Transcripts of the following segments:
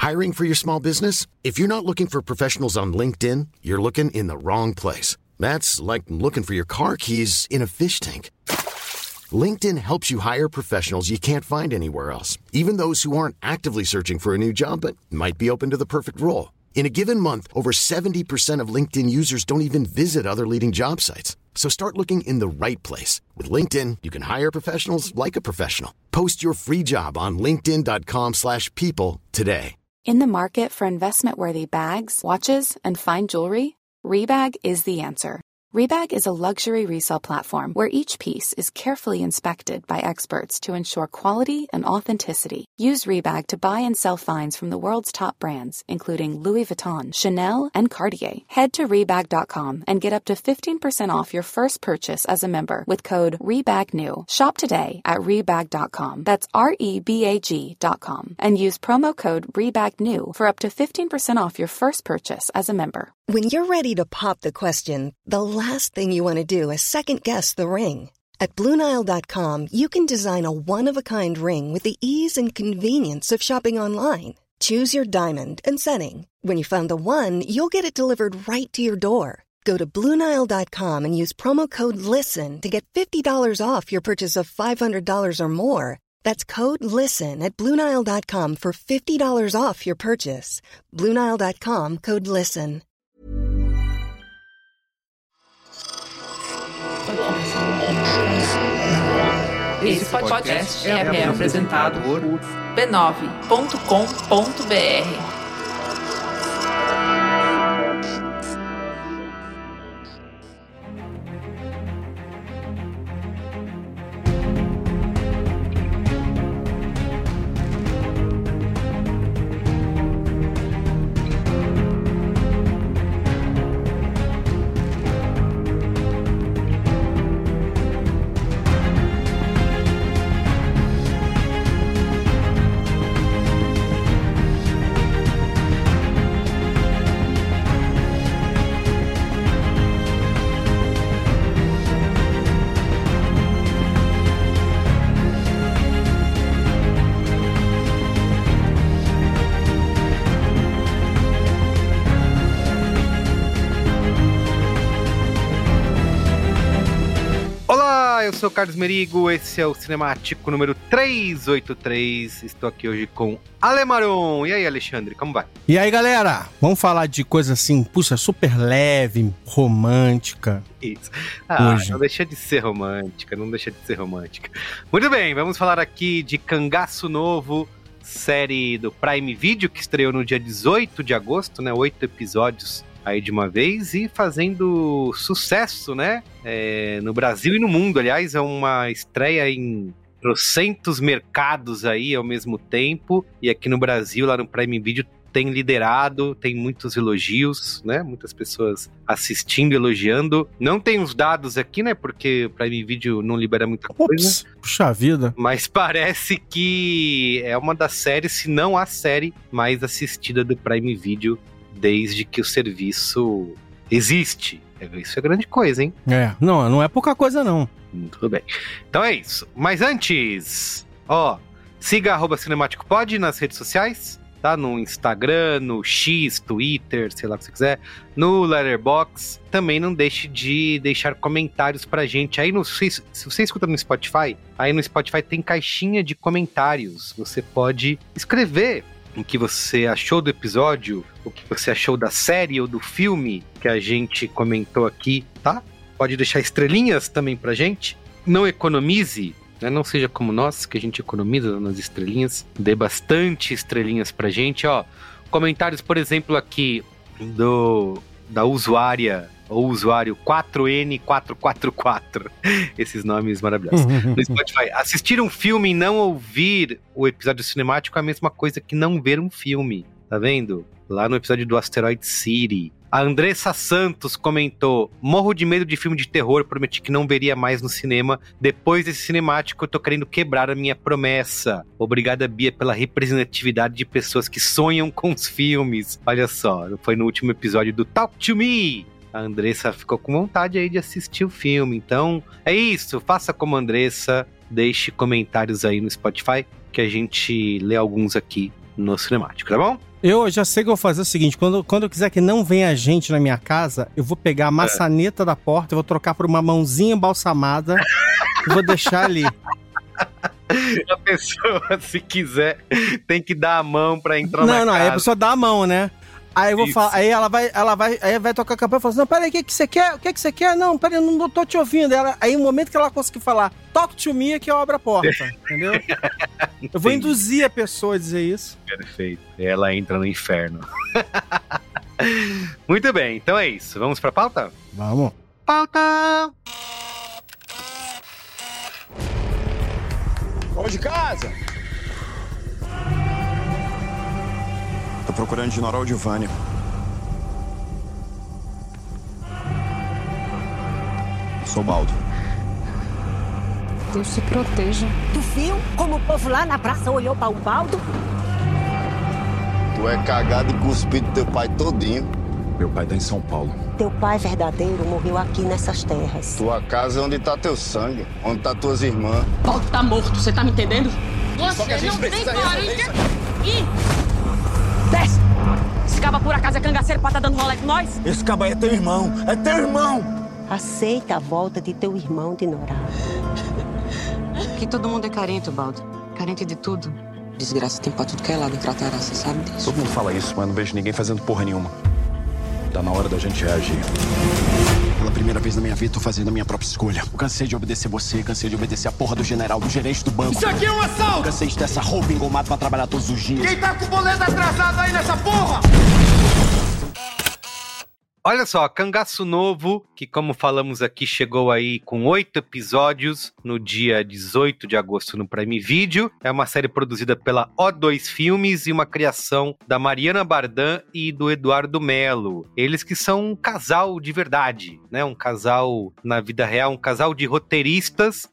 Hiring for your small business? If you're not looking for professionals on LinkedIn, you're looking in the wrong place. That's like looking for your car keys in a fish tank. LinkedIn helps you hire professionals you can't find anywhere else, even those who aren't actively searching for a new job but might be open to the perfect role. In a given month, over 70% of LinkedIn users don't even visit other leading job sites. So start looking in the right place. With LinkedIn, you can hire professionals like a professional. Post your free job on linkedin.com/people today. In the market for investment-worthy bags, watches, and fine jewelry, Rebag is the answer. Rebag is a luxury resale platform where each piece is carefully inspected by experts to ensure quality and authenticity. Use Rebag to buy and sell finds from the world's top brands, including Louis Vuitton, Chanel, and Cartier. Head to Rebag.com and get up to 15% off your first purchase as a member with code REBAGNEW. Shop today at Rebag.com. That's REBAG.com. And use promo code REBAGNEW for up to 15% off your first purchase as a member. When you're ready to pop the question, the last thing you want to do is second-guess the ring. At BlueNile.com, you can design a one-of-a-kind ring with the ease and convenience of shopping online. Choose your diamond and setting. When you find the one, you'll get it delivered right to your door. Go to BlueNile.com and use promo code LISTEN to get $50 off your purchase of $500 or more. That's code LISTEN at BlueNile.com for $50 off your purchase. BlueNile.com, code LISTEN. Esse podcast é apresentado por b9.com.br. Eu sou o Carlos Merigo, esse é o Cinemático número 383. Estou aqui hoje com Ale Maron. E aí, Alexandre, como vai? E aí, galera? Vamos falar de coisa assim, puxa, super leve, romântica. Isso. Hoje. Não deixa de ser romântica, Muito bem, vamos falar aqui de Cangaço Novo, série do Prime Video, que estreou no dia 18 de agosto, né? 8 episódios aí de uma vez e fazendo sucesso, né? No Brasil e no mundo, aliás, é uma estreia em trocentos mercados aí ao mesmo tempo, e aqui no Brasil, lá no Prime Video, tem liderado, tem muitos elogios, né? Muitas pessoas assistindo, elogiando. Não tem os dados aqui, né? Porque o Prime Video não libera muita coisa. Puxa vida. Mas parece que é uma das séries, se não a série mais assistida do Prime Video desde que o serviço existe. Isso é grande coisa, hein? Não é pouca coisa, não. Tudo bem. Então é isso. Mas antes, siga @cinemáticopod nas redes sociais, tá? No Instagram, no X, Twitter, sei lá o que você quiser, no Letterboxd. Também não deixe de deixar comentários pra gente. Aí se você escuta no Spotify, aí no Spotify tem caixinha de comentários. Você pode escrever o que você achou do episódio, o que você achou da série ou do filme que a gente comentou aqui, tá? Pode deixar estrelinhas também pra gente. Não economize, né? Não seja como nós, que a gente economiza nas estrelinhas. Dê bastante estrelinhas pra gente, Comentários, por exemplo, aqui da usuária ou usuário 4N444. Esses nomes maravilhosos. No Spotify, assistir um filme e não ouvir o episódio cinemático é a mesma coisa que não ver um filme. Tá vendo? Lá no episódio do Asteroid City. A Andressa Santos comentou: morro de medo de filme de terror, prometi que não veria mais no cinema. Depois desse cinemático, eu tô querendo quebrar a minha promessa. Obrigada, Bia, pela representatividade de pessoas que sonham com os filmes. Olha só, foi no último episódio do Talk to Me. A Andressa ficou com vontade aí de assistir o filme. Então, é isso. Faça como a Andressa. Deixe comentários aí no Spotify, que a gente lê alguns aqui no Cinemático, tá bom? Eu já sei que eu vou fazer o seguinte, quando eu quiser que não venha gente na minha casa, eu vou pegar a maçaneta da porta, eu vou trocar por uma mãozinha embalsamada e vou deixar ali. A pessoa, se quiser, tem que dar a mão pra entrar na casa. Não, aí a pessoa dá a mão, né? Aí eu vou falar, aí ela vai tocar a campanha e fala assim, não, peraí, o que você quer? O que você quer? Não, peraí, eu não tô te ouvindo. Aí no momento que ela conseguir falar, talk to me, é que eu abro a porta, entendeu? Eu vou induzir a pessoa a dizer isso. Perfeito. Ela entra no inferno. Muito bem, então é isso. Vamos pra pauta? Vamos. Pauta! Vamos de casa! Tô procurando General Giovanni. Sou Baldo. Deus te proteja. Tu viu como o povo lá na praça olhou para o Baldo? Tu é cagado e cuspido teu pai todinho. Meu pai tá em São Paulo. Teu pai verdadeiro morreu aqui nessas terras. Tua casa é onde tá teu sangue, onde tá tuas irmãs. Baldo tá morto, você tá me entendendo? Você não tem parente. Desce! Esse caba por acaso é cangaceiro pra tá dando rolê com nós? Esse caba é teu irmão, é teu irmão! Aceita a volta de teu irmão de Norá. Aqui todo mundo é carente, Baldo. Carente de tudo. Desgraça tem pra tudo que é lado em Cratará, você sabe disso? Todo mundo fala isso, mas não vejo ninguém fazendo porra nenhuma. Tá na hora da gente reagir. Pela primeira vez na minha vida, tô fazendo a minha própria escolha. Eu cansei de obedecer você, cansei de obedecer a porra do general, do gerente do banco. Isso aqui é um assalto! Cansei de ter essa roupa engomada pra trabalhar todos os dias. Quem tá com o boleto atrasado aí nessa porra? Olha só, Cangaço Novo, que como falamos aqui, chegou aí com 8 episódios no dia 18 de agosto no Prime Video. É uma série produzida pela O2 Filmes e uma criação da Mariana Bardem e do Eduardo Melo. Eles que são um casal de verdade, né? Um casal na vida real, um casal de roteiristas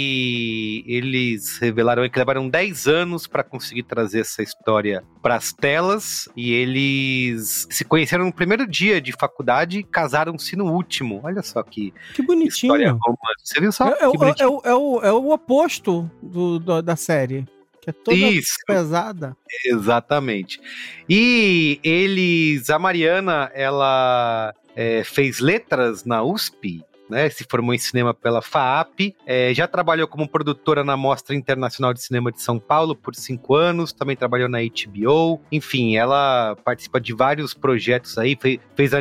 que eles revelaram que levaram 10 anos para conseguir trazer essa história para as telas, e eles se conheceram no primeiro dia de faculdade e casaram-se no último. Olha só que bonitinho. História romântica. Você viu só? É o oposto da série, que é toda pesada. Exatamente. E a Mariana, ela fez letras na USP, né, se formou em cinema pela FAAP, já trabalhou como produtora na Mostra Internacional de Cinema de São Paulo por 5 anos, também trabalhou na HBO, enfim, ela participa de vários projetos aí, fez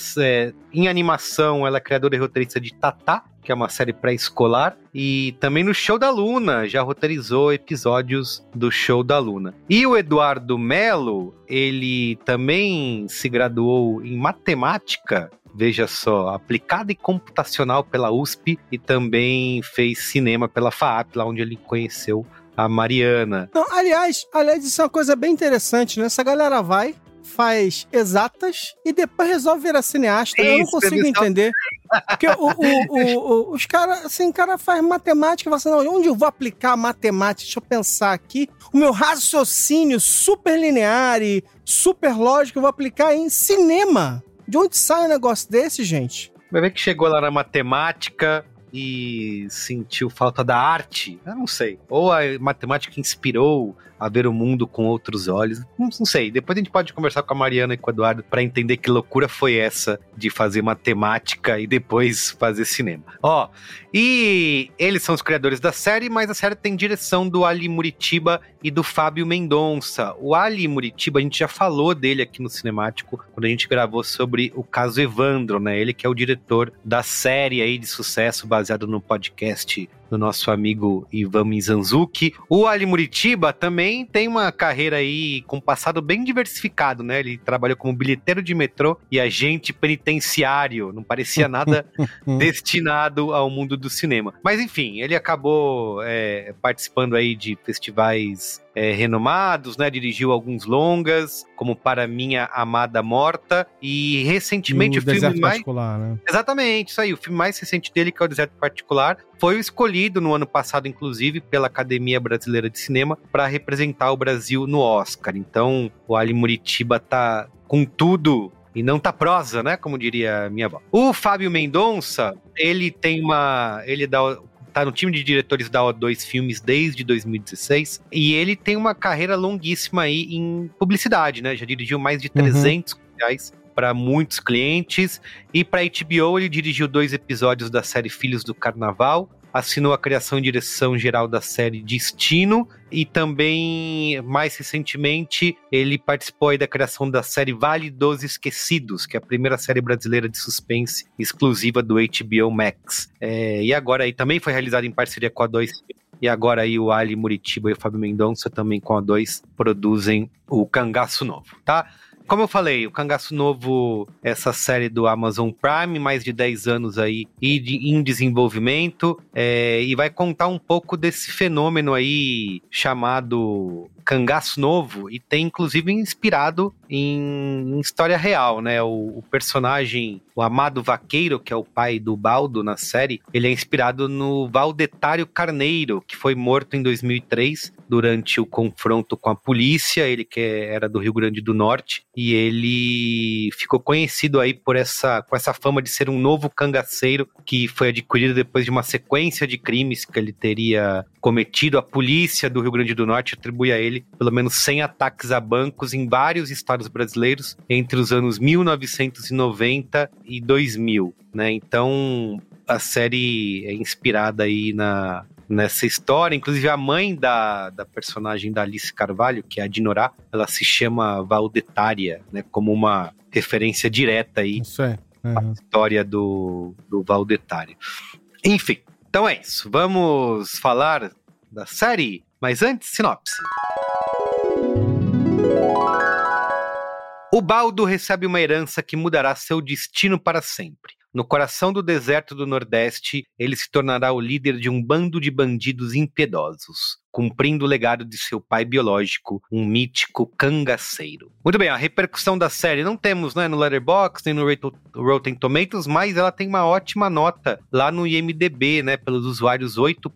em animação, ela é criadora e roteirista de Tatá, que é uma série pré-escolar, e também no Show da Luna, já roteirizou episódios do Show da Luna. E o Eduardo Melo, ele também se graduou em matemática, veja só, aplicada e computacional pela USP, e também fez cinema pela FAAP, lá onde ele conheceu a Mariana. Não, aliás, isso é uma coisa bem interessante, né? Essa galera faz exatas e depois resolve virar cineasta. Eu não consigo entender. Porque os caras, assim, o cara faz matemática e fala assim, não, onde eu vou aplicar a matemática? Deixa eu pensar aqui. O meu raciocínio super linear e super lógico eu vou aplicar em cinema. De onde sai um negócio desse, gente? Vai ver que chegou lá na matemática e sentiu falta da arte. Eu não sei. Ou a matemática inspirou a ver o mundo com outros olhos. Não sei. Depois a gente pode conversar com a Mariana e com o Eduardo para entender que loucura foi essa de fazer matemática e depois fazer cinema. E eles são os criadores da série, mas a série tem direção do Ali Muritiba e do Fábio Mendonça. O Ali Muritiba, a gente já falou dele aqui no Cinemático, quando a gente gravou sobre o caso Evandro, né? Ele que é o diretor da série aí de sucesso, baseado no podcast do nosso amigo Ivan Mizanzuki. O Ali Muritiba também tem uma carreira aí com passado bem diversificado, né? Ele trabalhou como bilheteiro de metrô e agente penitenciário. Não parecia nada destinado ao mundo do cinema. Mas enfim, ele acabou participando aí de festivais renomados, né? Dirigiu alguns longas, como Para Minha Amada Morta, e recentemente o filme mais particular, né? Exatamente, isso aí. O filme mais recente dele, que é o Deserto Particular, foi o escolhido no ano passado, inclusive, pela Academia Brasileira de Cinema para representar o Brasil no Oscar. Então, o Ali Muritiba tá com tudo e não tá prosa, né? Como diria minha avó. O Fábio Mendonça, ele tá no time de diretores da O2 Filmes desde 2016, e ele tem uma carreira longuíssima aí em publicidade, né? Já dirigiu mais de 300 comerciais para muitos clientes, e para HBO ele dirigiu 2 episódios da série Filhos do Carnaval, assinou a criação e direção geral da série Destino, e também, mais recentemente, ele participou aí da criação da série Vale dos Esquecidos, que é a primeira série brasileira de suspense exclusiva do HBO Max. E agora aí também foi realizado em parceria com a O2, e agora aí o Ali Muritiba e o Fábio Mendonça também com a O2 produzem o Cangaço Novo, tá? Como eu falei, o Cangaço Novo, essa série do Amazon Prime, mais de 10 anos aí em desenvolvimento, e vai contar um pouco desse fenômeno aí chamado Cangaço Novo, e tem inclusive inspirado em história real, né? O personagem, o Amado Vaqueiro, que é o pai do Baldo na série, ele é inspirado no Valdetário Carneiro, que foi morto em 2003 durante o confronto com a polícia, ele que era do Rio Grande do Norte, e ele ficou conhecido aí com essa fama de ser um novo cangaceiro que foi adquirido depois de uma sequência de crimes que ele teria cometido. A polícia do Rio Grande do Norte atribui a ele pelo menos 100 ataques a bancos em vários estados brasileiros entre os anos 1990 e 2000, né? Então a série é inspirada aí nessa história. Inclusive a mãe da personagem da Alice Carvalho, que é a Dinorá, ela se chama Valdetária, né? Como uma referência direta aí à história do Valdetário. Enfim, então é isso. Vamos falar da série, mas antes, sinopse. O Baldo recebe uma herança que mudará seu destino para sempre. No coração do deserto do Nordeste, ele se tornará o líder de um bando de bandidos impiedosos, cumprindo o legado de seu pai biológico, um mítico cangaceiro. Muito bem, a repercussão da série não temos, né, no Letterboxd, nem no Rotten Tomatoes, mas ela tem uma ótima nota lá no IMDb, né, pelos usuários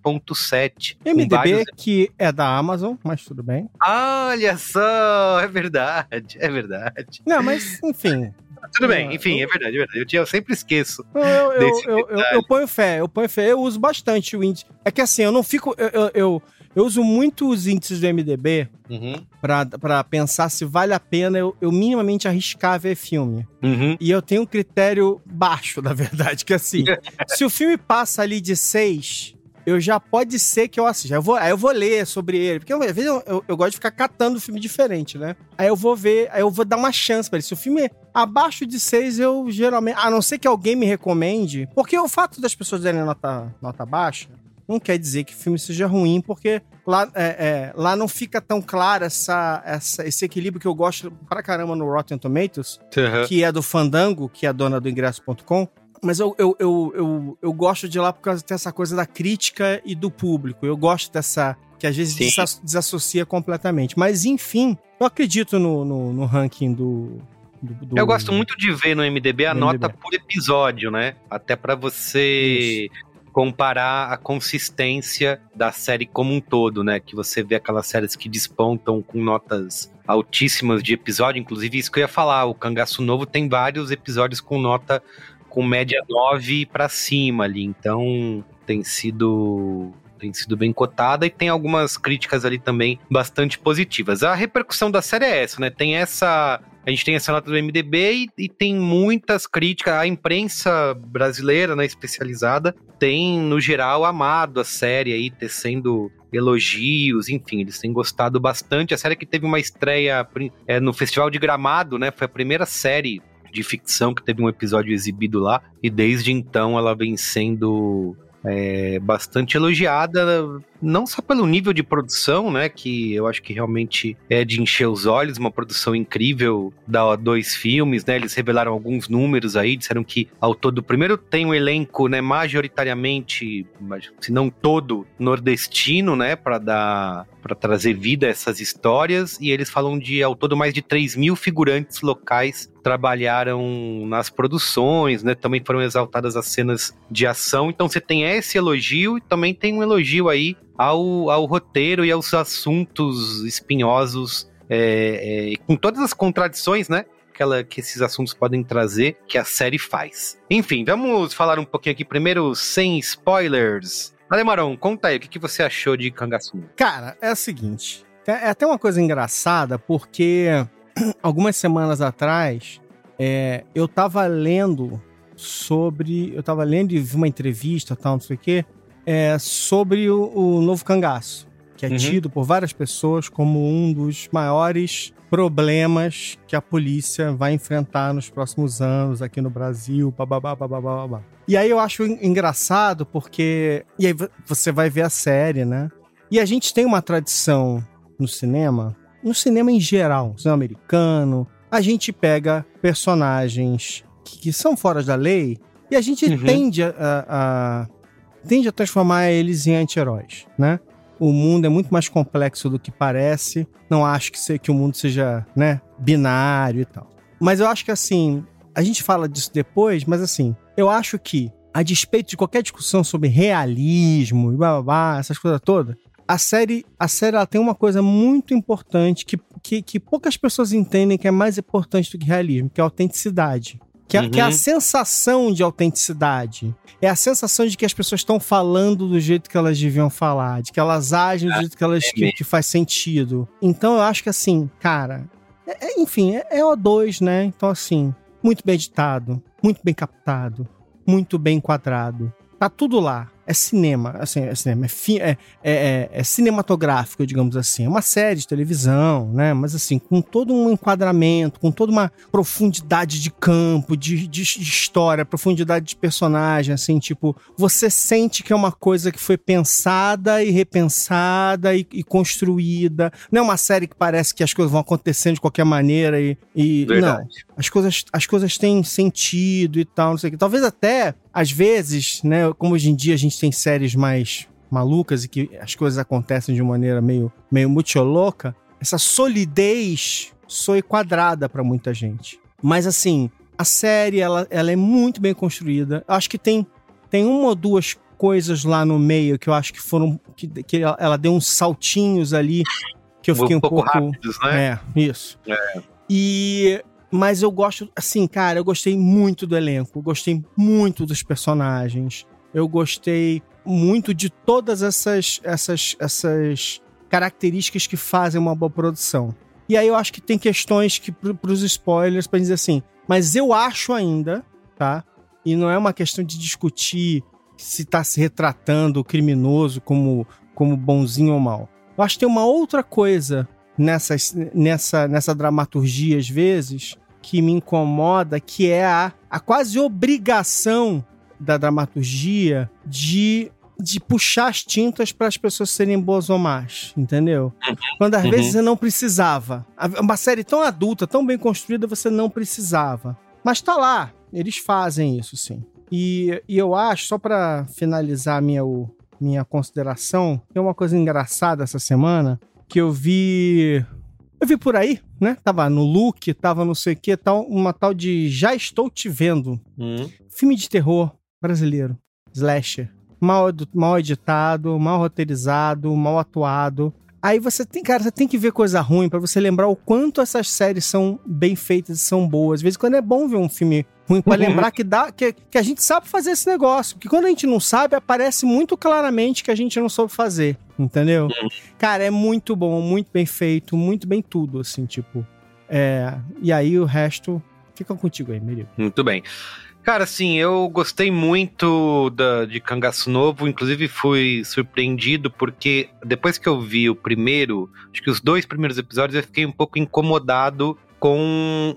8.7. IMDb que é da Amazon, mas tudo bem. Olha só, é verdade. Não, mas enfim... Tudo bem, enfim, é verdade. Eu sempre esqueço. Eu ponho fé, eu uso bastante o índice. É que assim, eu não fico... Eu uso muito os índices do MDB pra pensar se vale a pena eu minimamente arriscar ver filme. E eu tenho um critério baixo, na verdade, que assim, se o filme passa ali de 6... eu já pode ser que eu assista. Aí eu vou ler sobre ele. Porque às vezes eu gosto de ficar catando filme diferente, né? Aí eu vou ver, aí eu vou dar uma chance pra ele. Se o filme é abaixo de 6, eu geralmente... a não ser que alguém me recomende. Porque o fato das pessoas darem nota baixa não quer dizer que o filme seja ruim, porque lá não fica tão claro esse equilíbrio que eu gosto pra caramba no Rotten Tomatoes, que é do Fandango, que é a dona do ingresso.com. Mas eu gosto de lá por causa dessa coisa da crítica e do público. Eu gosto dessa... que às vezes desassocia completamente. Mas, enfim, eu acredito no ranking do... Eu gosto muito de ver no MDB a nota por episódio, né? Até pra você comparar a consistência da série como um todo, né? Que você vê aquelas séries que despontam com notas altíssimas de episódio. Inclusive, isso que eu ia falar. O Cangaço Novo tem vários episódios com nota... com média 9 pra cima ali, então tem sido bem cotada, e tem algumas críticas ali também bastante positivas. A repercussão da série é essa, né? A gente tem essa nota do MDB e tem muitas críticas. A imprensa brasileira, né, especializada, tem, no geral, amado a série aí, tecendo elogios, enfim, eles têm gostado bastante. A série que teve uma estreia no Festival de Gramado, né? Foi a primeira série de ficção que teve um episódio exibido lá, e desde então ela vem sendo bastante elogiada, não só pelo nível de produção, né, que eu acho que realmente é de encher os olhos, uma produção incrível da O2 Filmes, né, eles revelaram alguns números aí, disseram que ao todo, primeiro tem um elenco, né, majoritariamente, se não todo, nordestino, né, para trazer vida a essas histórias, e eles falam de, ao todo, mais de 3.000 figurantes locais trabalharam nas produções, né, também foram exaltadas as cenas de ação, então você tem esse elogio, e também tem um elogio aí ao roteiro e aos assuntos espinhosos, com todas as contradições, né, que esses assuntos podem trazer, que a série faz. Enfim, vamos falar um pouquinho aqui primeiro, sem spoilers, Alemarão, conta aí, o que você achou de Cangaço Novo? Cara, é o seguinte, é até uma coisa engraçada, porque algumas semanas atrás, eu tava lendo e vi uma entrevista, tal, não sei o quê, sobre o novo Cangaço, que é tido por várias pessoas como um dos maiores problemas que a polícia vai enfrentar nos próximos anos aqui no Brasil, bababá. E aí eu acho engraçado porque... E aí você vai ver a série, né? E a gente tem uma tradição no cinema em geral, no cinema americano, a gente pega personagens que são fora da lei e a gente tende a transformar eles em anti-heróis, né? O mundo é muito mais complexo do que parece. Não acho que o mundo seja, né, binário e tal. Mas eu acho que, assim, a gente fala disso depois, mas, assim, eu acho que, a despeito de qualquer discussão sobre realismo e blá, essas coisas todas, a série ela tem uma coisa muito importante que poucas pessoas entendem que é mais importante do que realismo, que é a autenticidade. Que é a sensação de autenticidade. É a sensação de que as pessoas estão falando do jeito que elas deviam falar, de que elas agem do jeito que faz sentido. Então eu acho que assim, cara, enfim, é O2, né? Então assim, muito bem editado, muito bem captado, muito bem enquadrado. Tá tudo lá. É cinema, assim, é cinematográfico, digamos assim. É uma série de televisão, né? Mas assim, com todo um enquadramento, com toda uma profundidade de campo, de história, profundidade de personagem, assim, tipo, você sente que é uma coisa que foi pensada e repensada e construída. Não é uma série que parece que as coisas vão acontecendo de qualquer maneira e não. As coisas têm sentido e tal, não sei o que. Talvez até, às vezes, né, como hoje em dia a gente tem séries mais malucas e que as coisas acontecem de uma maneira meio muito louca, essa solidez soe quadrada pra muita gente. Mas assim, a série, ela é muito bem construída. Eu acho que tem uma ou duas coisas lá no meio que eu acho que foram... que ela deu uns saltinhos ali que eu fiquei um pouco rápidos, né? Isso. Mas eu gosto, assim, cara, eu gostei muito do elenco, eu gostei muito dos personagens, eu gostei muito de todas essas características que fazem uma boa produção. E aí eu acho que tem questões que, pros spoilers, pra dizer assim, mas eu acho ainda, tá? E não é uma questão de discutir se tá se retratando o criminoso como bonzinho ou mal. Eu acho que tem uma outra coisa nessa dramaturgia, às vezes, que me incomoda, que é a quase obrigação da dramaturgia de puxar as tintas para as pessoas serem boas ou más, entendeu? Quando às vezes você não precisava. Uma série tão adulta, tão bem construída, você não precisava. Mas tá lá, eles fazem isso, sim. E eu acho, só para finalizar minha consideração, tem uma coisa engraçada essa semana, que eu vi por aí, né? Tava no Look, tava não sei o que, uma tal de Já Estou Te Vendo. Filme de terror brasileiro. Slasher. Mal editado, mal roteirizado, mal atuado. Aí você tem que ver coisa ruim pra você lembrar o quanto essas séries são bem feitas e são boas. Às vezes quando é bom ver um filme ruim pra lembrar que a gente sabe fazer esse negócio. Porque quando a gente não sabe, aparece muito claramente que a gente não soube fazer. Entendeu? Cara, é muito bom, muito bem feito, muito bem tudo, assim, tipo... E aí o resto fica contigo aí, Merigo. Muito bem. Cara, assim, eu gostei muito de Cangaço Novo, inclusive fui surpreendido porque depois que eu vi o primeiro, acho que os 2 primeiros episódios, eu fiquei um pouco incomodado com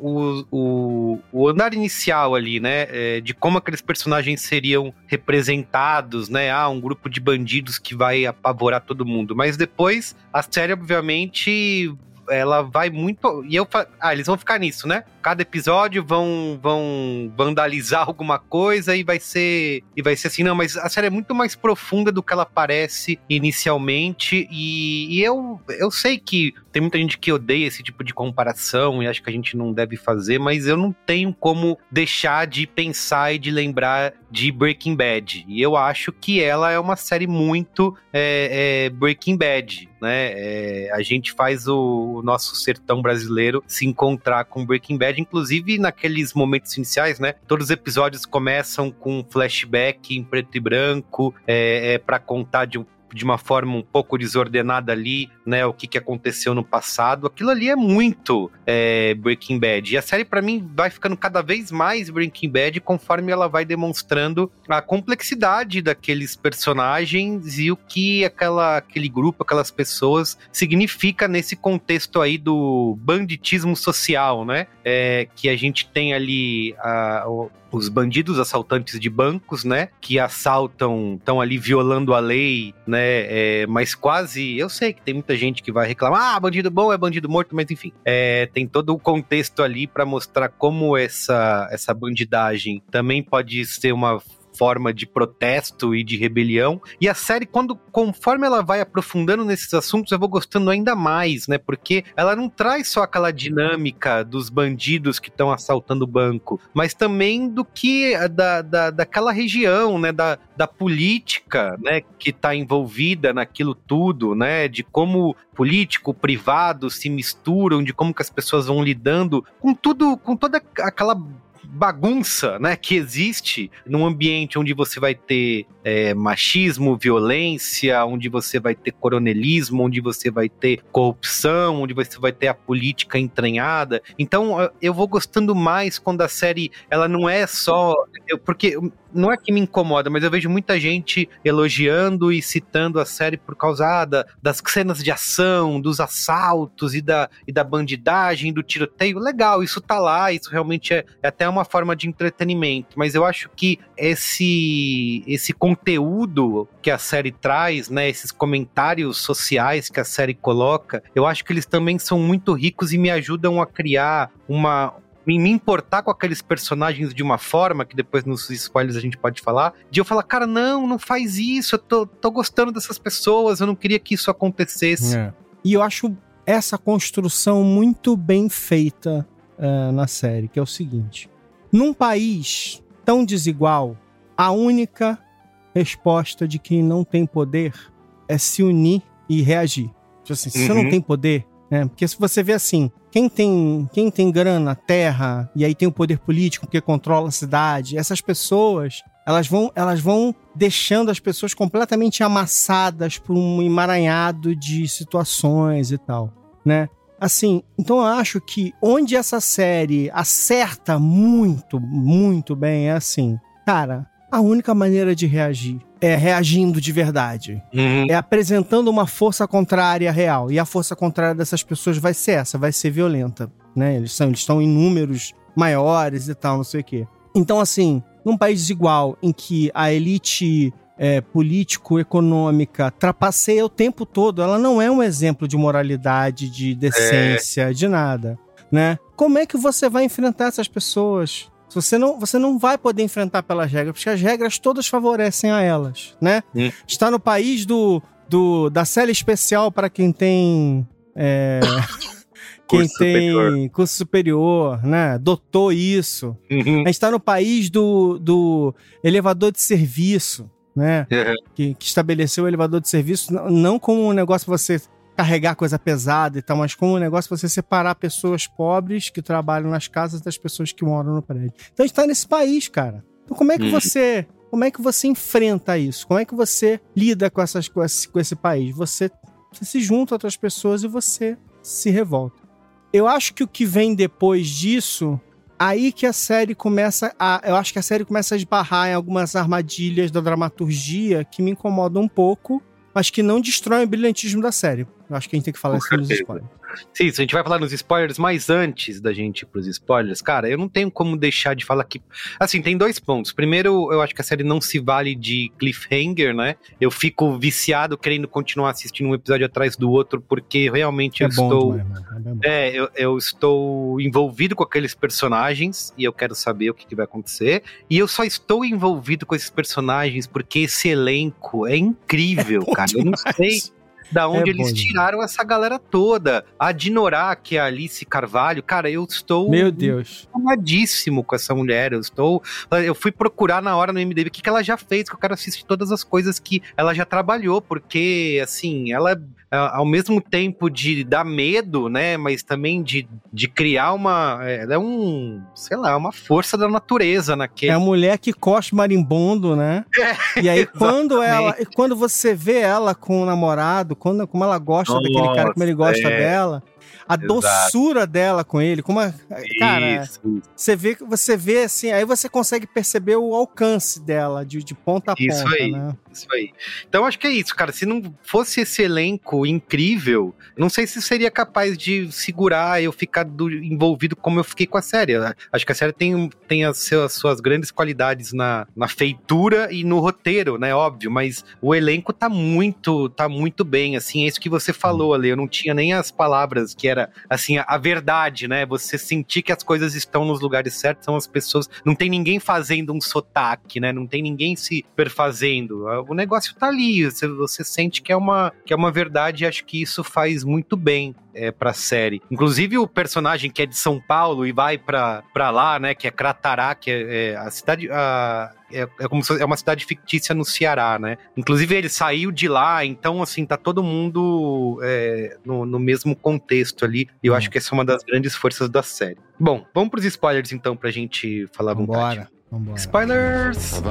o andar inicial ali, né, de como aqueles personagens seriam representados, né, um grupo de bandidos que vai apavorar todo mundo, mas depois a série, obviamente, ela vai muito... E eu falo, eles vão ficar nisso, né? Cada episódio vão vandalizar alguma coisa e vai ser assim, não, mas a série é muito mais profunda do que ela parece inicialmente e eu sei que tem muita gente que odeia esse tipo de comparação e acha que a gente não deve fazer, mas eu não tenho como deixar de pensar e de lembrar de Breaking Bad. E eu acho que ela é uma série muito Breaking Bad. né? A gente faz o nosso sertão brasileiro se encontrar com Breaking Bad, inclusive naqueles momentos iniciais, né? Todos os episódios começam com um flashback em preto e branco, para contar de uma forma um pouco desordenada ali, né, o que aconteceu no passado. Aquilo ali é muito Breaking Bad. E a série, pra mim, vai ficando cada vez mais Breaking Bad conforme ela vai demonstrando a complexidade daqueles personagens e o que aquele grupo, aquelas pessoas significa nesse contexto aí do banditismo social, né? Que a gente tem ali os bandidos assaltantes de bancos, né, que assaltam, estão ali violando a lei, né, mas quase, eu sei que tem muita gente que vai reclamar, bandido bom é bandido morto, mas enfim, tem todo o contexto ali para mostrar como essa bandidagem também pode ser uma forma de protesto e de rebelião. E a série, conforme ela vai aprofundando nesses assuntos, eu vou gostando ainda mais, né? Porque ela não traz só aquela dinâmica dos bandidos que estão assaltando o banco, mas também do que daquela região, né? Da política, né? Que está envolvida naquilo tudo, né? De como político, privado se misturam, de como que as pessoas vão lidando com tudo, com toda aquela bagunça, né, que existe num ambiente onde você vai ter machismo, violência, onde você vai ter coronelismo, onde você vai ter corrupção, onde você vai ter a política entranhada. Então eu vou gostando mais quando a série, ela não é só... porque não é que me incomoda, mas eu vejo muita gente elogiando e citando a série por causa das cenas de ação, dos assaltos e da bandidagem, do tiroteio. Legal, isso tá lá, isso realmente é até uma forma de entretenimento, mas eu acho que esse conteúdo que a série traz, né, esses comentários sociais que a série coloca, eu acho que eles também são muito ricos e me ajudam a criar me importar com aqueles personagens de uma forma, que depois nos spoilers a gente pode falar, de eu falar, cara, não faz isso, eu tô gostando dessas pessoas, eu não queria que isso acontecesse. E eu acho essa construção muito bem feita na série, que é o seguinte: num país tão desigual, a única resposta de quem não tem poder é se unir e reagir. Tipo assim, se você não tem poder, né? Porque se você vê assim, quem tem grana, terra, e aí tem o poder político porque controla a cidade, essas pessoas, elas vão deixando as pessoas completamente amassadas por um emaranhado de situações e tal, né? Assim, então eu acho que onde essa série acerta muito, muito bem é assim, cara, a única maneira de reagir é reagindo de verdade. É apresentando uma força contrária real. E a força contrária dessas pessoas vai ser violenta, né? Eles estão em números maiores e tal, não sei o quê. Então, assim, num país desigual, em que a elite político-econômica trapaceia o tempo todo, ela não é um exemplo de moralidade, de decência, de nada, né? Como é que você vai enfrentar essas pessoas? Você não vai poder enfrentar pelas regras, porque as regras todas favorecem a elas, né? Está no país da série especial para quem tem... tem curso superior, né? Dotou isso. A gente está no país do elevador de serviço, né? Que estabeleceu o elevador de serviço não como um negócio para você carregar coisa pesada e tal, mas como um negócio pra você separar pessoas pobres que trabalham nas casas das pessoas que moram no prédio. Então a gente tá nesse país, cara. Então como é que você enfrenta isso? Como é que você lida com esse país? Você se junta a outras pessoas e você se revolta. Eu acho que o que vem depois disso, aí que a série começa eu acho que a série começa a esbarrar em algumas armadilhas da dramaturgia que me incomodam um pouco, mas que não destroem o brilhantismo da série. Eu acho que a gente tem que falar isso nos spoilers. Sim, a gente vai falar nos spoilers, mas antes da gente ir pros spoilers, cara, eu não tenho como deixar de falar que... Assim, tem dois pontos. Primeiro, eu acho que a série não se vale de cliffhanger, né? Eu fico viciado querendo continuar assistindo um episódio atrás do outro, porque realmente eu estou envolvido com aqueles personagens e eu quero saber o que vai acontecer. E eu só estou envolvido com esses personagens porque esse elenco é incrível, cara. Eu não sei... da onde eles tiraram essa galera toda. A Dinorah, que é a Alice Carvalho, cara, eu estou... Meu Deus. Amadíssimo com essa mulher, eu fui procurar na hora no MDB o que ela já fez, que eu quero assistir todas as coisas que ela já trabalhou, porque, assim, ela, ao mesmo tempo de dar medo, né, mas também de criar ela é uma força da natureza naquele... É a mulher que cospe marimbondo, né? E aí, quando você vê ela com o namorado, como ela gosta daquele cara, como ele gosta dela... A doçura dela com ele, cara, você vê assim, aí você consegue perceber o alcance dela de ponta a ponta, né? Isso aí. Então acho que é isso, cara, se não fosse esse elenco incrível, não sei se seria capaz de segurar eu ficar envolvido como eu fiquei com a série. Acho que a série tem as suas grandes qualidades na feitura e no roteiro, né, óbvio, mas o elenco tá muito bem, assim, é isso que você falou, Ale, eu não tinha nem as palavras que era, assim, a verdade, né, você sentir que as coisas estão nos lugares certos, são as pessoas, não tem ninguém fazendo um sotaque, né, não tem ninguém se perfazendo, o negócio tá ali, você sente que é uma verdade, e acho que isso faz muito bem pra série. Inclusive o personagem que é de São Paulo e vai pra lá, né, que é Cratará, que é a cidade... como se é uma cidade fictícia no Ceará, né? Inclusive ele saiu de lá, então assim, tá todo mundo no mesmo contexto ali, e eu acho que essa é uma das grandes forças da série. Bom, vamos pros spoilers então, pra gente falar à vontade. Vambora. Spoilers!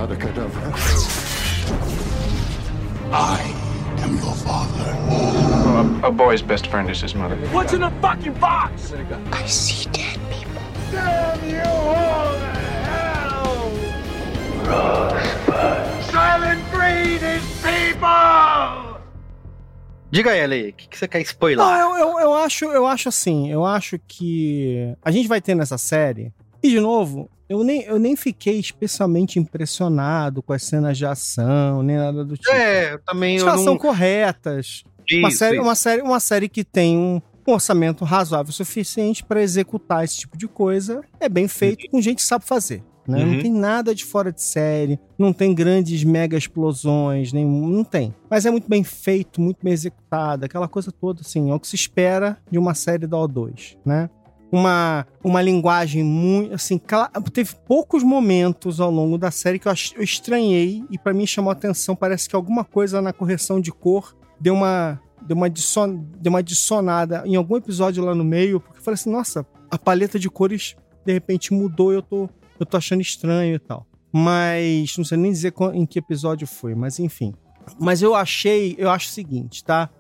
I am your father. A boy's best friend is his mother. What's in the fucking box? I see dead people. Damn you all to hell! Rosebud. Silent Breed is people! Diga aí, Ale, o que você quer spoiler? Não, eu acho assim, eu acho que a gente vai ter nessa série, e de novo, eu nem fiquei especialmente impressionado com as cenas de ação, nem nada do tipo. Eu também... Elas são corretas. Uma série que tem um orçamento razoável o suficiente para executar esse tipo de coisa, é bem feito, com gente que sabe fazer. Né? Não tem nada de fora de série, não tem grandes mega explosões, não tem. Mas é muito bem feito, muito bem executado, aquela coisa toda, assim, é o que se espera de uma série da O2, né? Uma linguagem muito, assim, teve poucos momentos ao longo da série que eu estranhei e pra mim chamou a atenção, parece que alguma coisa na correção de cor deu uma dissonada em algum episódio lá no meio, porque eu falei assim, nossa, a paleta de cores de repente mudou e eu tô achando estranho e tal. Mas não sei nem dizer em que episódio foi, mas enfim. Mas eu acho o seguinte, tá?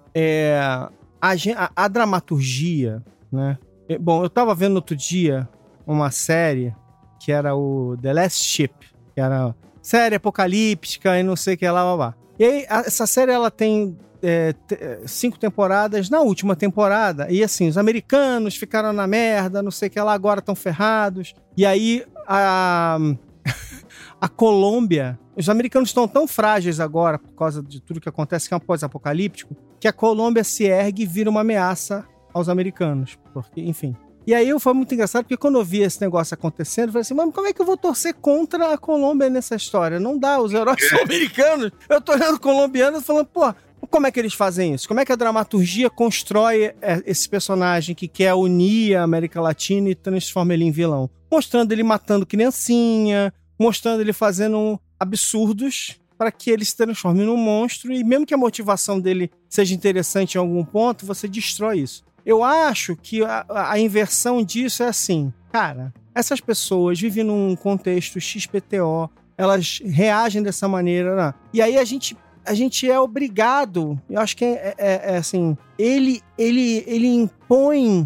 A dramaturgia, né? Bom, eu tava vendo outro dia uma série que era o The Last Ship, que era série apocalíptica e não sei o que lá. E aí, essa série, ela tem 5 temporadas. Na última temporada, e assim, os americanos ficaram na merda, não sei o que lá, agora estão ferrados. E aí, a Colômbia... Os americanos estão tão frágeis agora, por causa de tudo que acontece, que é um pós-apocalíptico, que a Colômbia se ergue e vira uma ameaça aos americanos, porque, enfim. E aí foi muito engraçado, porque quando eu vi esse negócio acontecendo, eu falei assim, mano, como é que eu vou torcer contra a Colômbia nessa história? Não dá, os heróis são americanos, eu tô olhando colombianos falando, pô, como é que eles fazem isso? Como é que a dramaturgia constrói esse personagem que quer unir a América Latina e transforma ele em vilão? Mostrando ele matando criancinha, mostrando ele fazendo absurdos para que ele se transforme num monstro, e mesmo que a motivação dele seja interessante em algum ponto, você destrói isso. Eu acho que a inversão disso é assim, cara, essas pessoas vivem num contexto XPTO, elas reagem dessa maneira, né? E aí a gente é obrigado, eu acho que é assim, ele impõe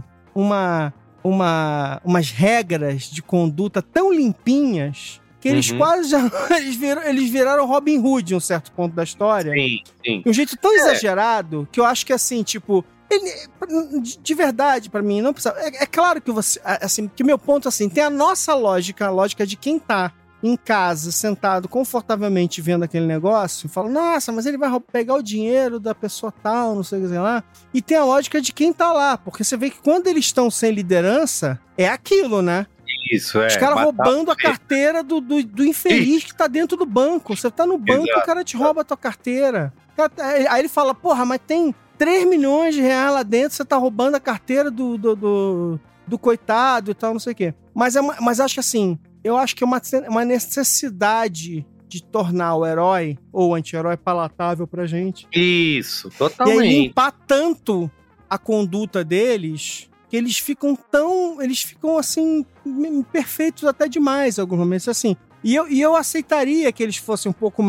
umas regras de conduta tão limpinhas que eles quase eles viraram Robin Hood em um certo ponto da história. Sim. De um jeito tão exagerado que eu acho que assim, tipo, de verdade, pra mim, não precisa. É claro que você, assim, que meu ponto, assim, tem a nossa lógica, a lógica de quem tá em casa, sentado confortavelmente vendo aquele negócio, e fala, nossa, mas ele vai pegar o dinheiro da pessoa tal, não sei o que lá. E tem a lógica de quem tá lá, porque você vê que quando eles estão sem liderança, é aquilo, né? Isso, Os caras roubando a carteira do infeliz que tá dentro do banco. Você tá no banco, o cara te rouba a tua carteira. Aí ele fala, porra, mas tem 3 milhões de reais lá dentro, você tá roubando a carteira do coitado e tal, não sei o quê. Mas acho que assim, eu acho que é uma necessidade de tornar o herói ou o anti-herói palatável pra gente. Isso, totalmente. E aí limpar tanto a conduta deles que eles ficam assim, perfeitos até demais em alguns momentos, assim. E eu aceitaria que eles fossem um pouco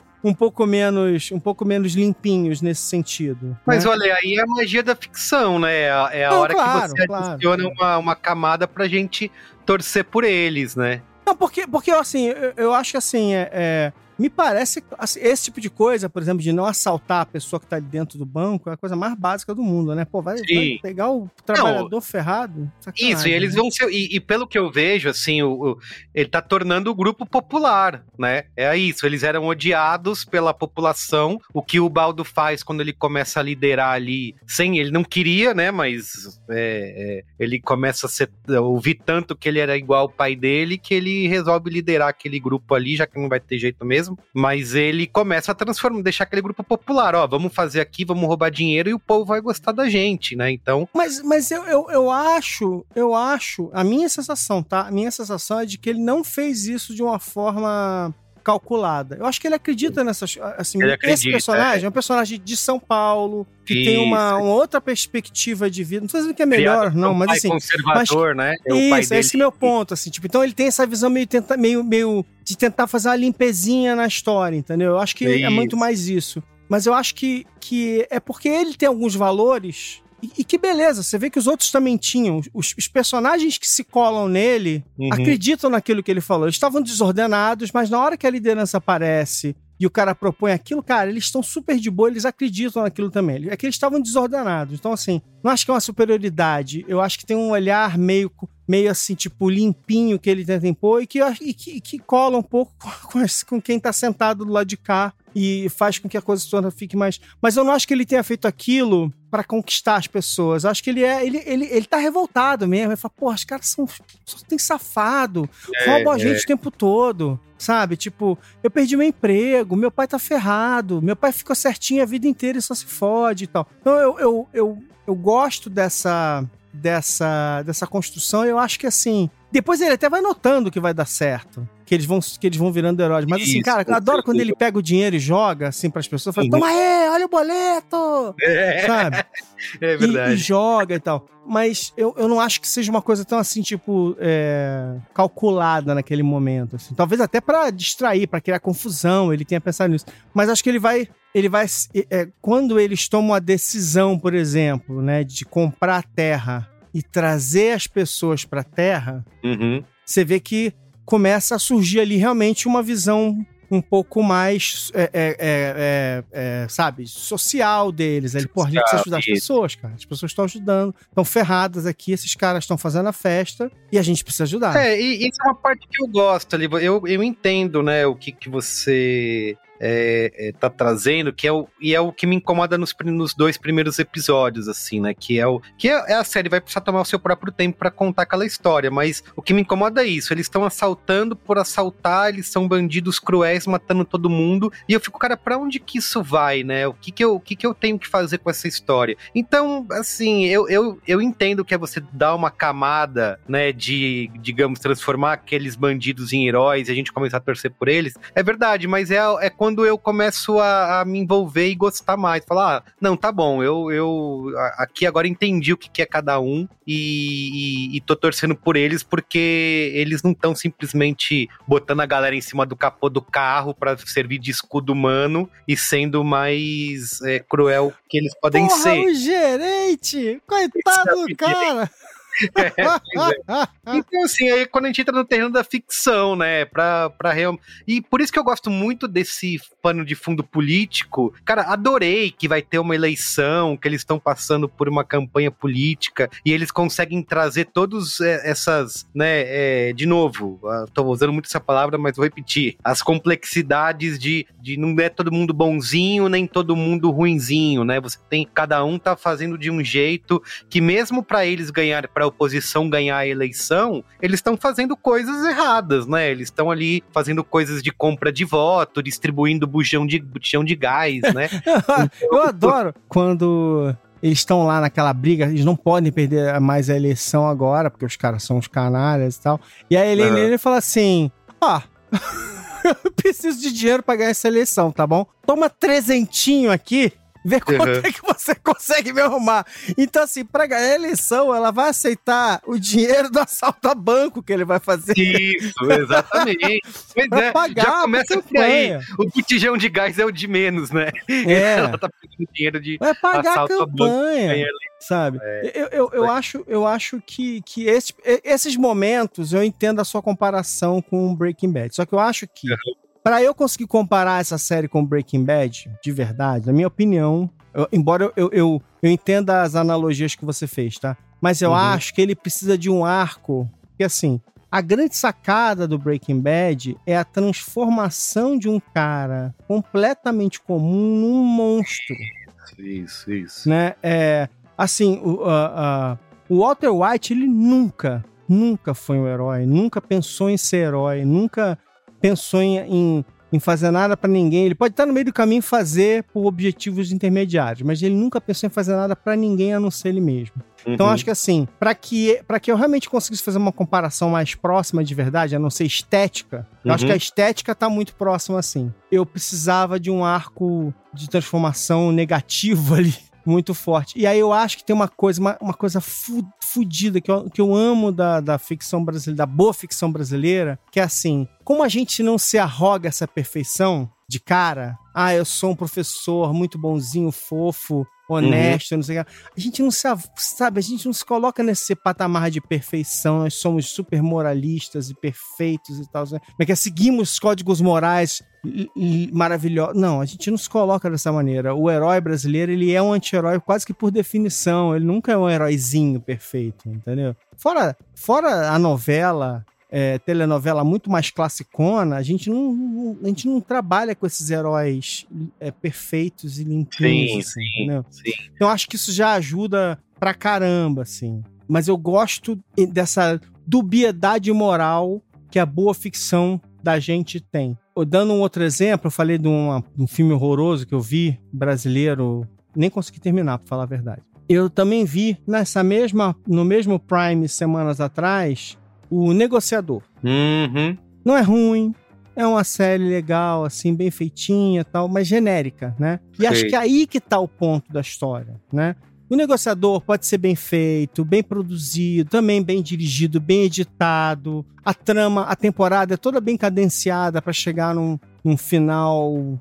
menos limpinhos nesse sentido. Mas né? olha, aí é a magia da ficção, né? É a hora que você adiciona uma camada pra gente torcer por eles, né? Não, porque assim, eu acho que assim, me parece assim, esse tipo de coisa, por exemplo, de não assaltar a pessoa que tá ali dentro do banco, é a coisa mais básica do mundo, né? Pô, vai pegar o trabalhador ferrado? Sacanagem, isso, e eles vão ser... E pelo que eu vejo, assim, ele tá tornando o grupo popular, né? É isso, eles eram odiados pela população, o que o Baldo faz quando ele começa a liderar ali, ele não queria, né? Mas ele começa a ouvir tanto que ele era igual ao pai dele, que ele resolve liderar aquele grupo ali, já que não vai ter jeito mesmo. Mas ele começa a deixar aquele grupo popular, ó, vamos fazer aqui, vamos roubar dinheiro e o povo vai gostar da gente, né, então... Mas eu acho, a minha sensação, tá? A minha sensação é de que ele não fez isso de uma forma calculada. Eu acho que ele acredita nessas, assim, esse personagem é um personagem de São Paulo, que tem uma outra perspectiva de vida, não sei se que é melhor, não, mas assim... conservador, né? Isso, esse é meu ponto, assim, tipo, então ele tem essa visão meio de tentar fazer uma limpezinha na história, entendeu? Eu acho que é muito mais isso. Mas eu acho que é porque ele tem alguns valores e que beleza, você vê que os outros também tinham. Os personagens que se colam nele acreditam naquilo que ele falou. Eles estavam desordenados, mas na hora que a liderança aparece e o cara propõe aquilo, cara, eles estão super de boa, eles acreditam naquilo também. É que eles estavam desordenados. Então, assim, não acho que é uma superioridade. Eu acho que tem um olhar meio assim, tipo, limpinho que ele tenta impor e que cola um pouco com quem tá sentado do lado de cá e faz com que a coisa se torne, fique mais... Mas eu não acho que ele tenha feito aquilo pra conquistar as pessoas. Eu acho que ele tá revoltado mesmo. Ele fala, porra, os caras só tem safado, roubam a gente o tempo todo, sabe? Tipo, eu perdi meu emprego, meu pai tá ferrado, meu pai ficou certinho a vida inteira e só se fode e tal. Então eu gosto dessa construção. Eu acho que assim, depois ele até vai notando que vai dar certo, que eles vão virando heróis, mas assim, cara, eu adoro quando ele pega o dinheiro e joga assim pras pessoas, fala, toma aí, olha o boleto, sabe? É verdade. E joga e tal, mas eu não acho que seja uma coisa tão assim, tipo, calculada naquele momento, assim. Talvez até pra distrair, pra criar confusão, ele tenha pensado nisso, mas acho que ele vai quando eles tomam a decisão, por exemplo, né, de comprar a terra e trazer as pessoas para a terra, você vê que começa a surgir ali realmente uma visão um pouco mais, sabe, social deles. Ele, porra, a gente precisa ajudar as pessoas, cara. As pessoas estão ajudando, estão ferradas aqui, esses caras estão fazendo a festa e a gente precisa ajudar. E isso é uma parte que eu gosto ali. Eu entendo, né, o que você... tá trazendo, que é o que me incomoda nos 2 primeiros episódios, assim, né, que a série vai precisar tomar o seu próprio tempo pra contar aquela história, mas o que me incomoda é isso, eles estão assaltando por assaltar, eles são bandidos cruéis, matando todo mundo, e eu fico, cara, pra onde que isso vai, né, o que eu tenho que fazer com essa história? Então, assim, eu entendo que é você dar uma camada, né, de, digamos, transformar aqueles bandidos em heróis e a gente começar a torcer por eles, é verdade, mas é quando eu começo a me envolver e gostar mais. Falar, não, tá bom, eu aqui agora entendi o que é cada um e tô torcendo por eles porque eles não estão simplesmente botando a galera em cima do capô do carro pra servir de escudo humano e sendo mais cruel que eles podem ser. O gerente! Coitado do cara! Então, assim, aí quando a gente entra no terreno da ficção, né, e por isso que eu gosto muito desse pano de fundo político. Cara, adorei que vai ter uma eleição, que eles estão passando por uma campanha política e eles conseguem trazer todas essas, né, de novo, tô usando muito essa palavra, mas vou repetir, as complexidades de não é todo mundo bonzinho, nem todo mundo ruinzinho, né, você tem, cada um tá fazendo de um jeito que mesmo pra eles ganharem, pra pra oposição ganhar a eleição, eles estão fazendo coisas erradas, né? Eles estão ali fazendo coisas de compra de voto, distribuindo botijão de gás, né? Eu adoro quando eles estão lá naquela briga, eles não podem perder mais a eleição agora, porque os caras são os canalhas e tal. E aí ele fala assim, eu preciso de dinheiro pra ganhar essa eleição, tá bom? Toma 300 aqui, vê quanto é que você consegue me arrumar. Então, assim, pra ganhar a eleição, ela vai aceitar o dinheiro do assalto a banco que ele vai fazer. Isso, exatamente. Pois pra pagar, já começa por aí. O botijão de gás é o de menos, né? Ela tá pedindo dinheiro de vai pagar assalto a campanha, a banco. Sabe? Eu acho que esses momentos, eu entendo a sua comparação com Breaking Bad. Só que eu acho que pra eu conseguir comparar essa série com Breaking Bad, de verdade, na minha opinião, embora eu entenda as analogias que você fez, tá? Mas eu acho que ele precisa de um arco, porque assim, a grande sacada do Breaking Bad é a transformação de um cara completamente comum num monstro. Isso. Né? Assim, o Walter White, ele nunca foi um herói, nunca pensou em ser herói, nunca pensou em fazer nada pra ninguém. Ele pode estar no meio do caminho e fazer por objetivos intermediários, mas ele nunca pensou em fazer nada pra ninguém a não ser ele mesmo. Então, acho que assim, pra que eu realmente conseguisse fazer uma comparação mais próxima de verdade, a não ser estética, eu acho que a estética tá muito próxima assim. Eu precisava de um arco de transformação negativo ali, muito forte. E aí eu acho que tem uma coisa fudida que eu amo da ficção brasileira, da boa ficção brasileira, que é assim, como a gente não se arroga essa perfeição de cara, eu sou um professor muito bonzinho, fofo, honesto, não sei o que. A gente não sabe, a gente não se coloca nesse patamar de perfeição, nós somos super moralistas e perfeitos e tal. Como é que seguimos os códigos morais maravilhosos. Não, a gente não se coloca dessa maneira. O herói brasileiro, ele é um anti-herói quase que por definição, ele nunca é um heróizinho perfeito, entendeu? Fora a novela, telenovela muito mais classicona, a gente não trabalha com esses heróis perfeitos e limpinhos. Sim. Então acho que isso já ajuda pra caramba, assim. Mas eu gosto dessa dubiedade moral que a boa ficção da gente tem. Dando um outro exemplo, eu falei de um filme horroroso que eu vi, brasileiro, nem consegui terminar, pra falar a verdade. Eu também vi no mesmo Prime semanas atrás, O Negociador. Não é ruim, é uma série legal, assim, bem feitinha e tal, mas genérica, né? E acho que é aí que tá o ponto da história, né? O Negociador pode ser bem feito, bem produzido, também bem dirigido, bem editado. A trama, a temporada é toda bem cadenciada para chegar num final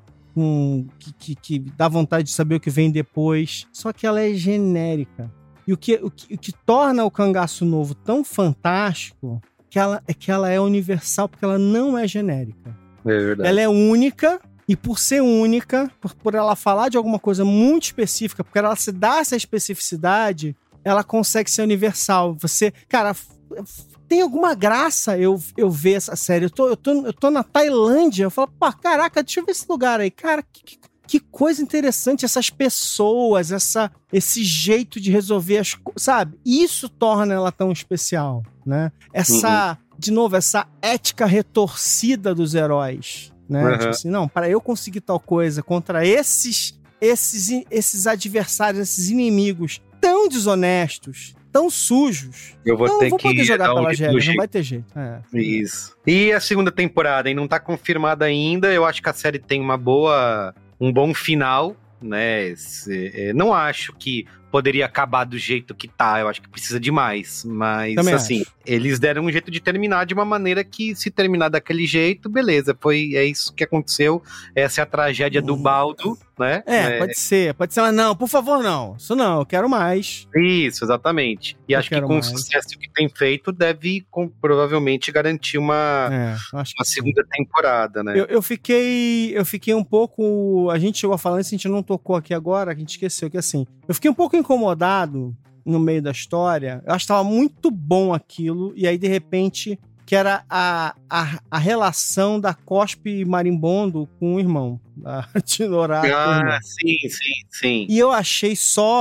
que dá vontade de saber o que vem depois. Só que ela é genérica. E o que torna o Cangaço Novo tão fantástico é que ela é universal, porque ela não é genérica. É verdade. Ela é única, e por ser única, por ela falar de alguma coisa muito específica, porque ela se dá essa especificidade, ela consegue ser universal. Você, cara, tem alguma graça eu ver essa série. Eu tô na Tailândia, eu falo, pô, caraca, deixa eu ver esse lugar aí. Cara, que coisa interessante, essas pessoas, esse jeito de resolver as coisas, sabe? Isso torna ela tão especial, né? De novo, essa ética retorcida dos heróis, né? Tipo assim, não, para eu conseguir tal coisa contra esses adversários, esses inimigos tão desonestos, tão sujos, eu vou poder jogar pelas regras, não vai ter jeito. Isso. E a segunda temporada, não tá confirmada ainda, eu acho que a série tem um bom final, né? Não acho que poderia acabar do jeito que tá, eu acho que precisa de mais, mas também assim, eles deram um jeito de terminar de uma maneira que, se terminar daquele jeito, beleza, é isso que aconteceu, essa é a tragédia do Baldo, né? Pode ser, mas não, por favor, não, isso não, eu quero mais. Isso, exatamente. E acho que com o sucesso que tem feito, deve provavelmente garantir uma segunda temporada, né? Eu fiquei um pouco, a gente chegou a falar isso, a gente não tocou aqui agora, a gente esqueceu que assim, eu fiquei um pouco incomodado no meio da história. Eu acho que estava muito bom aquilo, e aí de repente que era a relação da Cospe Marimbondo com o irmão da Tinorá. Sim. E eu achei só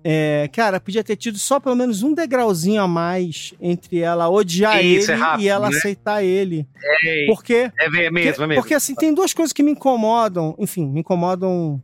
cara, podia ter tido só pelo menos um degrauzinho a mais entre ela odiar ele rápido, e ela aceitar ele. Porque, Porque, assim, tem duas coisas que me incomodam. Enfim, me incomodam...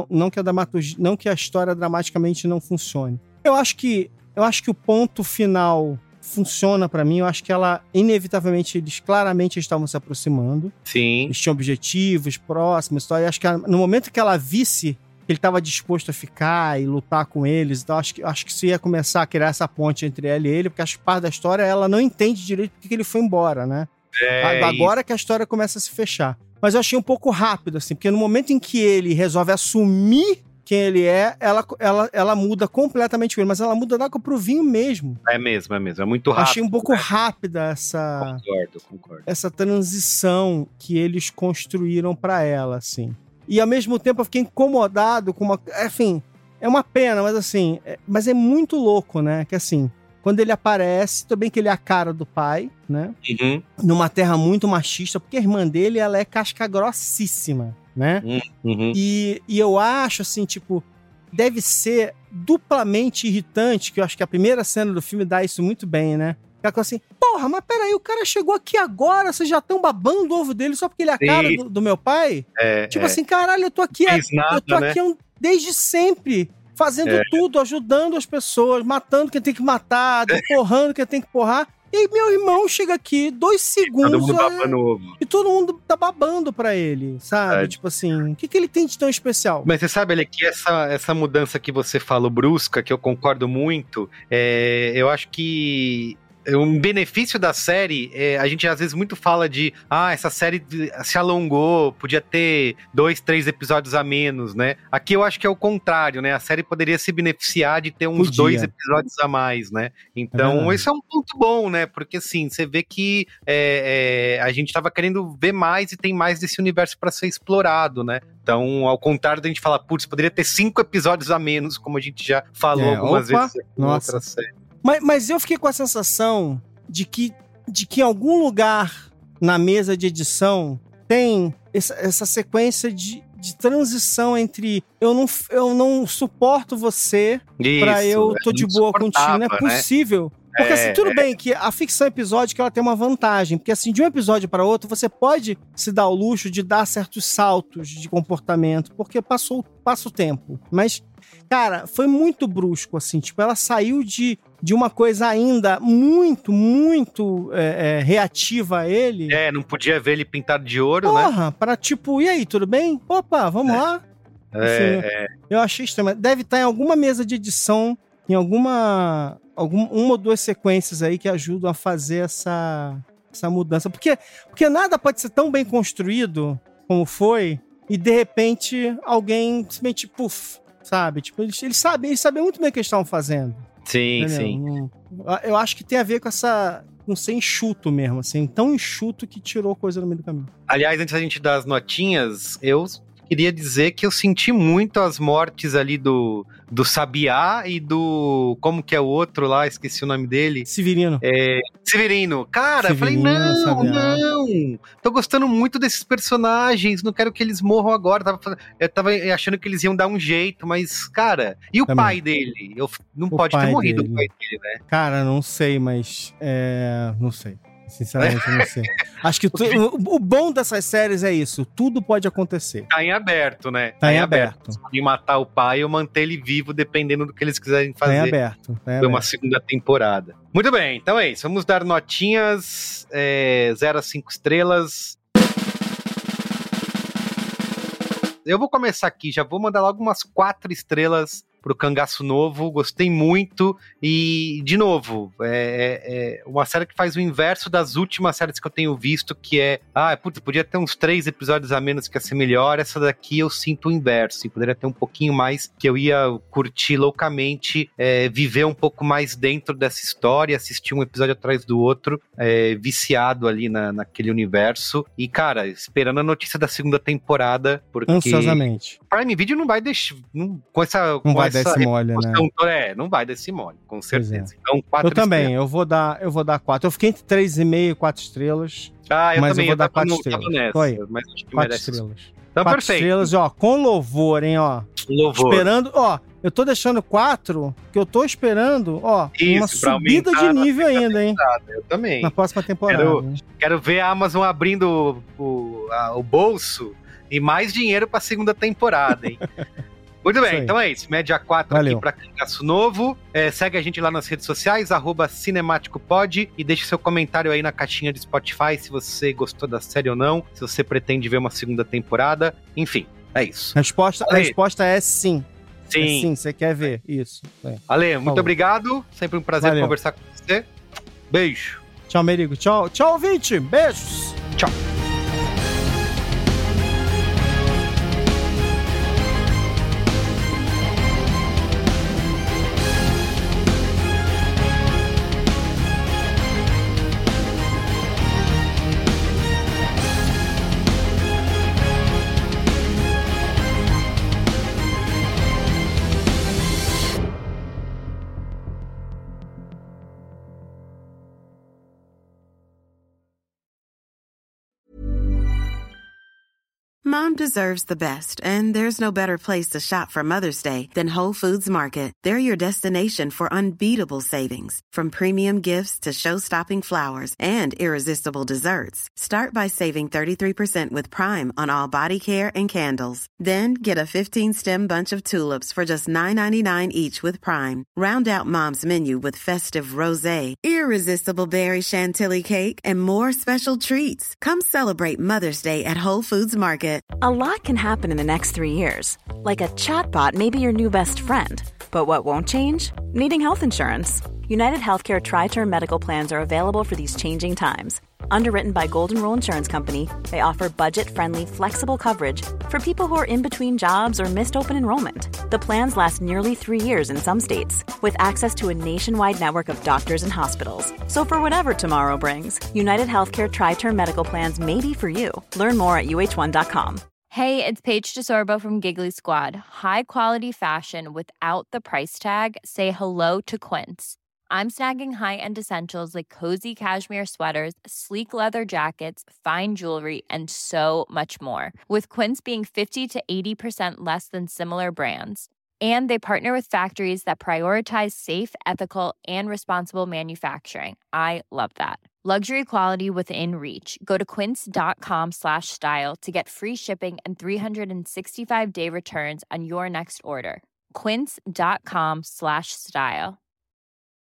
Não que a história dramaticamente não funcione. Eu acho que o ponto final funciona pra mim. Eu acho que inevitavelmente, eles claramente estavam se aproximando. Sim. Eles tinham objetivos próximos. Eu acho que no momento que ela visse que ele estava disposto a ficar e lutar com eles, então acho que isso ia começar a criar essa ponte entre ela e ele, porque acho que parte da história ela não entende direito porque ele foi embora, né? Agora que a história começa a se fechar. Mas eu achei um pouco rápido, assim, porque no momento em que ele resolve assumir quem ele é, ela muda completamente com ele, mas ela muda da água pro vinho mesmo. É mesmo. É muito rápido. Achei um pouco rápida essa... Concordo. Essa transição que eles construíram pra ela, assim. E ao mesmo tempo eu fiquei incomodado com uma... Enfim, é uma pena, mas assim... Mas é muito louco, né? Que assim... Quando ele aparece, tudo bem que ele é a cara do pai, né? Uhum. Numa terra muito machista, porque a irmã dele, ela é casca grossíssima, né? Uhum. E eu acho, assim, tipo, deve ser duplamente irritante, que eu acho que a primeira cena do filme dá isso muito bem, né? Ela fala assim, porra, mas peraí, o cara chegou aqui agora, vocês já estão babando o ovo dele só porque ele é a cara do meu pai? Assim, caralho, eu tô aqui, desde sempre... Fazendo tudo, ajudando as pessoas, matando quem tem que matar, porrando quem tem que porrar. E aí meu irmão chega aqui, 2 segundos... Todo mundo babando ovo. E todo mundo tá babando pra ele, sabe? Tipo assim, o que ele tem de tão especial? Mas você sabe, Ale, que essa mudança que você falou, brusca, que eu concordo muito, eu acho que... Um benefício da série, a gente às vezes muito fala de essa série se alongou, podia ter 2, 3 episódios a menos, né? Aqui eu acho que é o contrário, né? A série poderia se beneficiar de ter uns 2 episódios a mais, né? Então, esse é um ponto bom, né? Porque assim, você vê que a gente tava querendo ver mais e tem mais desse universo pra ser explorado, né? Então, ao contrário da gente falar, putz, poderia ter 5 episódios a menos, como a gente já falou algumas vezes em outra série. Mas eu fiquei com a sensação de que em algum lugar na mesa de edição tem essa sequência de transição entre eu não suporto você pra eu tô de boa contigo. Não é possível. Porque assim, tudo bem que a ficção episódica ela tem uma vantagem, porque assim, de um episódio para outro, você pode se dar o luxo de dar certos saltos de comportamento, porque passa o tempo. Mas, cara, foi muito brusco, assim, tipo, ela saiu de uma coisa ainda muito, muito reativa a ele. Não podia ver ele pintado de ouro, né? Porra, pra tipo, e aí, tudo bem? Opa, vamos lá. Eu achei estranho. Deve estar em alguma mesa de edição, em uma ou 2 sequências aí que ajudam a fazer essa mudança. Porque nada pode ser tão bem construído como foi, e de repente alguém simplesmente, sabe? Tipo, eles sabem muito bem o que eles estavam fazendo. Sim, entendeu? sim. Eu acho que tem a ver com ser enxuto mesmo, assim, tão enxuto que tirou coisa no meio do caminho. Aliás, antes da gente dar as notinhas, eu queria dizer que eu senti muito as mortes ali do Sabiá e do... Como que é o outro lá? Esqueci o nome dele. Severino. Severino. Cara, Severino, eu falei, não. Tô gostando muito desses personagens, não quero que eles morram agora. Eu tava achando que eles iam dar um jeito, mas, cara... E o pai dele? Não pode ter morrido o pai dele, né? Cara, não sei, mas... Não sei. Sinceramente, eu não sei. Acho que o bom dessas séries é isso. Tudo pode acontecer. Tá em aberto, né? Tá em aberto. Podem matar o pai ou manter ele vivo, dependendo do que eles quiserem fazer. Tá em aberto. Foi uma segunda temporada. Muito bem, então é isso. Vamos dar notinhas 0 a 5 estrelas. Eu vou começar aqui, já vou mandar logo umas 4 estrelas pro Cangaço Novo, gostei muito, e de novo, é uma série que faz o inverso das últimas séries que eu tenho visto, que podia ter uns 3 episódios a menos que ia ser melhor. Essa daqui eu sinto o inverso, e poderia ter um pouquinho mais, que eu ia curtir loucamente, viver um pouco mais dentro dessa história, assistir um episódio atrás do outro, viciado ali naquele universo, e cara, esperando a notícia da segunda temporada, porque... Ansiosamente. Prime Video não vai deixar... Não vai dar esse mole, né? Não vai dar esse mole, com certeza. Então, 4 eu também, eu vou dar 4. Eu fiquei entre 3,5 e 4 estrelas. Eu mas também, eu vou dar 4 estrelas. Mas acho que 4 estrelas. Então, 4 perfeito. estrelas, ó, com louvor, hein, ó. Louvor. Esperando, ó, Eu tô deixando 4, que eu tô esperando, ó, uma subida de nível ainda, hein? Eu também. Na próxima temporada. Quero ver a Amazon abrindo o bolso e mais dinheiro pra segunda temporada, hein? Muito bem, então é isso. Média 4 aqui pra Cangaço Novo. Segue a gente lá nas redes sociais, @cinemáticopod, e deixe seu comentário aí na caixinha de Spotify se você gostou da série ou não, se você pretende ver uma segunda temporada. Enfim, é isso. A resposta é sim. Sim. Sim, você quer ver. Isso. Ale, muito obrigado. Sempre um prazer conversar com você. Beijo. Tchau, Merigo. Tchau, ouvinte. Beijos. Tchau. Mom deserves the best, and there's no better place to shop for Mother's Day than Whole Foods Market. They're your destination for unbeatable savings, from premium gifts to show-stopping flowers and irresistible desserts. Start by saving 33% with Prime on all body care and candles. Then get a 15-stem bunch of tulips for just $9.99 each with Prime. Round out Mom's menu with festive rosé, irresistible berry chantilly cake, and more special treats. Come celebrate Mother's Day at Whole Foods Market. A lot can happen in the next 3 years. Like a chatbot may be your new best friend. But what won't change? Needing health insurance. United Healthcare Tri-Term Medical Plans are available for these changing times. Underwritten by Golden Rule Insurance Company, they offer budget-friendly, flexible coverage for people who are in between jobs or missed open enrollment. The plans last nearly 3 years in some states, with access to a nationwide network of doctors and hospitals. So for whatever tomorrow brings, United Healthcare Tri-Term Medical Plans may be for you. Learn more at uh1.com. Hey, it's Paige DeSorbo from Giggly Squad. High quality fashion without the price tag. Say hello to Quince. I'm snagging high-end essentials like cozy cashmere sweaters, sleek leather jackets, fine jewelry, and so much more. With Quince being 50 to 80% less than similar brands. And they partner with factories that prioritize safe, ethical, and responsible manufacturing. I love that. Luxury quality within reach. Go to quince.com/style to get free shipping and 365-day returns on your next order. Quince.com/style.